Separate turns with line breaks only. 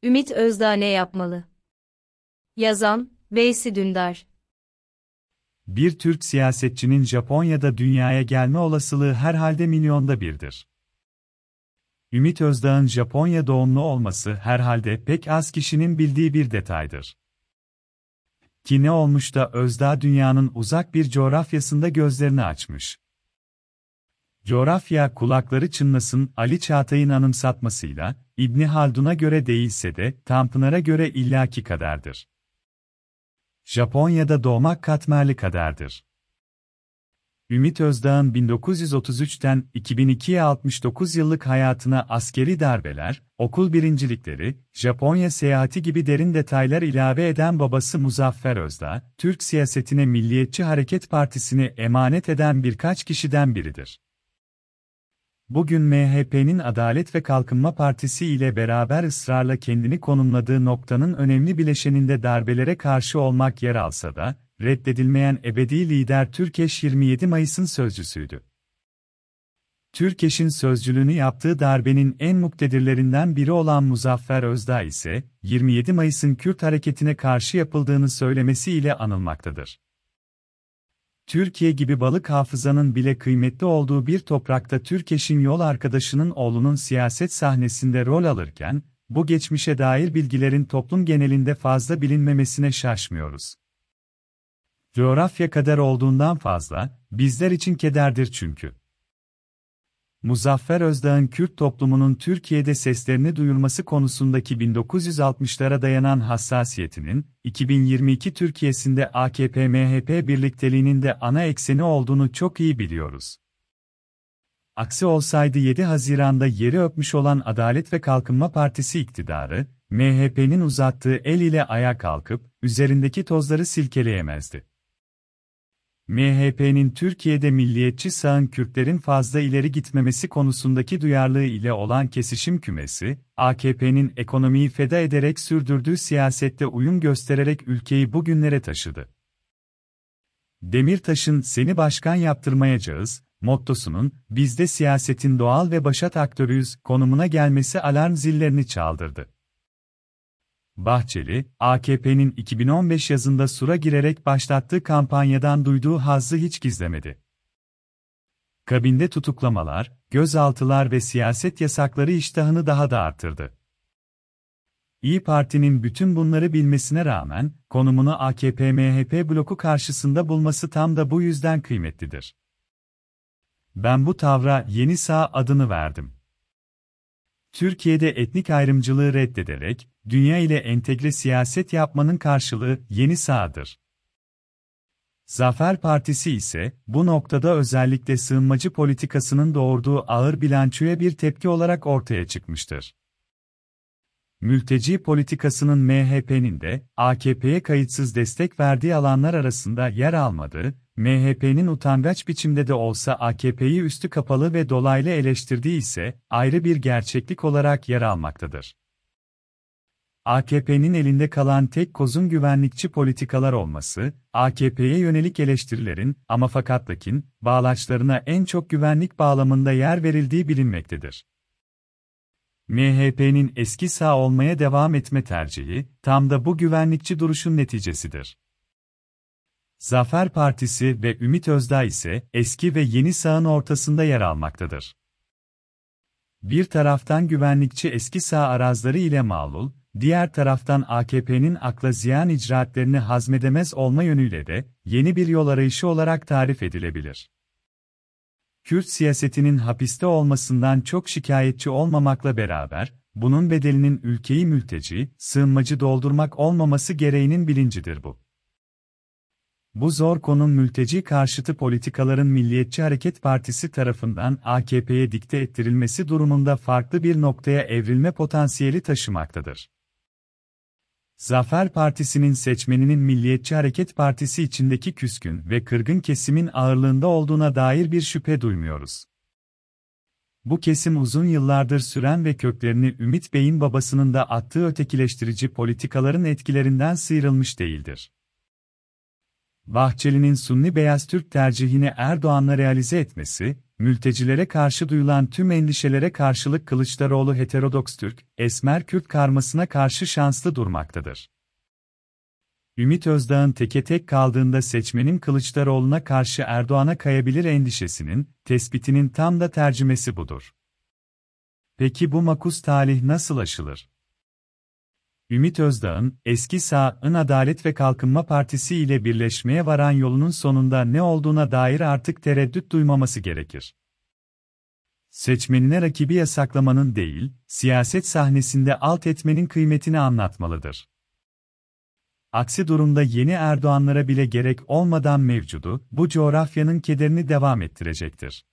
Ümit Özdağ ne yapmalı? Yazan, Veysi Dündar.
Bir Türk siyasetçinin Japonya'da dünyaya gelme olasılığı herhalde milyonda birdir. Ümit Özdağ'ın Japonya doğumlu olması herhalde pek az kişinin bildiği bir detaydır. Ki ne olmuş da Özdağ dünyanın uzak bir coğrafyasında gözlerini açmış. Coğrafya kulakları çınlasın Ali Çağatay'ın anımsatmasıyla, İbni Haldun'a göre değilse de Tanpınar'a göre illaki kaderdir. Japonya'da doğmak katmerli kaderdir. Ümit Özdağ'ın 1933'ten 2002'ye 69 yıllık hayatına askeri darbeler, okul birincilikleri, Japonya seyahati gibi derin detaylar ilave eden babası Muzaffer Özdağ, Türk siyasetine Milliyetçi Hareket Partisi'ni emanet eden birkaç kişiden biridir. Bugün MHP'nin Adalet ve Kalkınma Partisi ile beraber ısrarla kendini konumladığı noktanın önemli bileşeninde darbelere karşı olmak yer alsa da, reddedilmeyen ebedi lider Türkeş 27 Mayıs'ın sözcüsüydü. Türkeş'in sözcülüğünü yaptığı darbenin en muktedirlerinden biri olan Muzaffer Özdağ ise, 27 Mayıs'ın Kürt hareketine karşı yapıldığını söylemesiyle anılmaktadır. Türkiye gibi balık hafızanın bile kıymetli olduğu bir toprakta Türkeş'in yol arkadaşının oğlunun siyaset sahnesinde rol alırken, bu geçmişe dair bilgilerin toplum genelinde fazla bilinmemesine şaşmıyoruz. Coğrafya kader olduğundan fazla, bizler için kederdir çünkü. Muzaffer Özdağ'ın Kürt toplumunun Türkiye'de seslerini duyurması konusundaki 1960'lara dayanan hassasiyetinin, 2022 Türkiye'sinde AKP-MHP birlikteliğinin de ana ekseni olduğunu çok iyi biliyoruz. Aksi olsaydı 7 Haziran'da yeri öpmüş olan Adalet ve Kalkınma Partisi iktidarı, MHP'nin uzattığı el ile ayağa kalkıp, üzerindeki tozları silkeleyemezdi. MHP'nin Türkiye'de milliyetçi sağın Kürtlerin fazla ileri gitmemesi konusundaki duyarlılığı ile olan kesişim kümesi, AKP'nin ekonomiyi feda ederek sürdürdüğü siyasette uyum göstererek ülkeyi bugünlere taşıdı. Demirtaş'ın "Seni başkan yaptırmayacağız" mottosunun, "Biz de siyasetin doğal ve başat aktörüyüz" konumuna gelmesi alarm zillerini çaldırdı. Bahçeli, AKP'nin 2015 yazında sura girerek başlattığı kampanyadan duyduğu hazzı hiç gizlemedi. Kabinde tutuklamalar, gözaltılar ve siyaset yasakları iştahını daha da arttırdı. İYİ Parti'nin bütün bunları bilmesine rağmen, konumunu AKP-MHP bloku karşısında bulması tam da bu yüzden kıymetlidir. Ben bu tavra "Yeni Sağ" adını verdim. Türkiye'de etnik ayrımcılığı reddederek, dünya ile entegre siyaset yapmanın karşılığı Yeni Sağ'dır. Zafer Partisi ise, bu noktada özellikle sığınmacı politikasının doğurduğu ağır bilançoya bir tepki olarak ortaya çıkmıştır. Mülteci politikasının MHP'nin de, AKP'ye kayıtsız destek verdiği alanlar arasında yer almadığı, MHP'nin utangaç biçimde de olsa AKP'yi üstü kapalı ve dolaylı eleştirdiği ise, ayrı bir gerçeklik olarak yer almaktadır. AKP'nin elinde kalan tek kozun güvenlikçi politikalar olması, AKP'ye yönelik eleştirilerin, ama fakat lakin, bağlaçlarına en çok güvenlik bağlamında yer verildiği bilinmektedir. MHP'nin eski sağ olmaya devam etme tercihi, tam da bu güvenlikçi duruşun neticesidir. Zafer Partisi ve Ümit Özdağ ise, eski ve yeni sağın ortasında yer almaktadır. Bir taraftan güvenlikçi eski sağ arazları ile mağlul, diğer taraftan AKP'nin akla ziyan icraatlerini hazmedemez olma yönüyle de, yeni bir yol arayışı olarak tarif edilebilir. Kürt siyasetinin hapiste olmasından çok şikayetçi olmamakla beraber, bunun bedelinin ülkeyi mülteci, sığınmacı doldurmak olmaması gereğinin bilincidir bu. Bu zor konum mülteci karşıtı politikaların Milliyetçi Hareket Partisi tarafından AKP'ye dikte ettirilmesi durumunda farklı bir noktaya evrilme potansiyeli taşımaktadır. Zafer Partisi'nin seçmeninin Milliyetçi Hareket Partisi içindeki küskün ve kırgın kesimin ağırlığında olduğuna dair bir şüphe duymuyoruz. Bu kesim uzun yıllardır süren ve köklerini Ümit Bey'in babasının da attığı ötekileştirici politikaların etkilerinden sıyrılmış değildir. Bahçeli'nin Sunni Beyaz Türk tercihini Erdoğan'la realize etmesi, Mültecilere karşı duyulan tüm endişelere karşılık Kılıçdaroğlu heterodoks Türk, esmer Kürt karmasına karşı şanslı durmaktadır. Ümit Özdağ'ın teke tek kaldığında seçmenin Kılıçdaroğlu'na karşı Erdoğan'a kayabilir endişesinin, tespitinin tam da tercümesi budur. Peki bu makus talih nasıl aşılır? Ümit Özdağ'ın, eski sağın Adalet ve Kalkınma Partisi ile birleşmeye varan yolunun sonunda ne olduğuna dair artık tereddüt duymaması gerekir. Seçmenine rakibi yasaklamanın değil, siyaset sahnesinde alt etmenin kıymetini anlatmalıdır. Aksi durumda yeni Erdoğanlara bile gerek olmadan mevcudu, bu coğrafyanın kederini devam ettirecektir.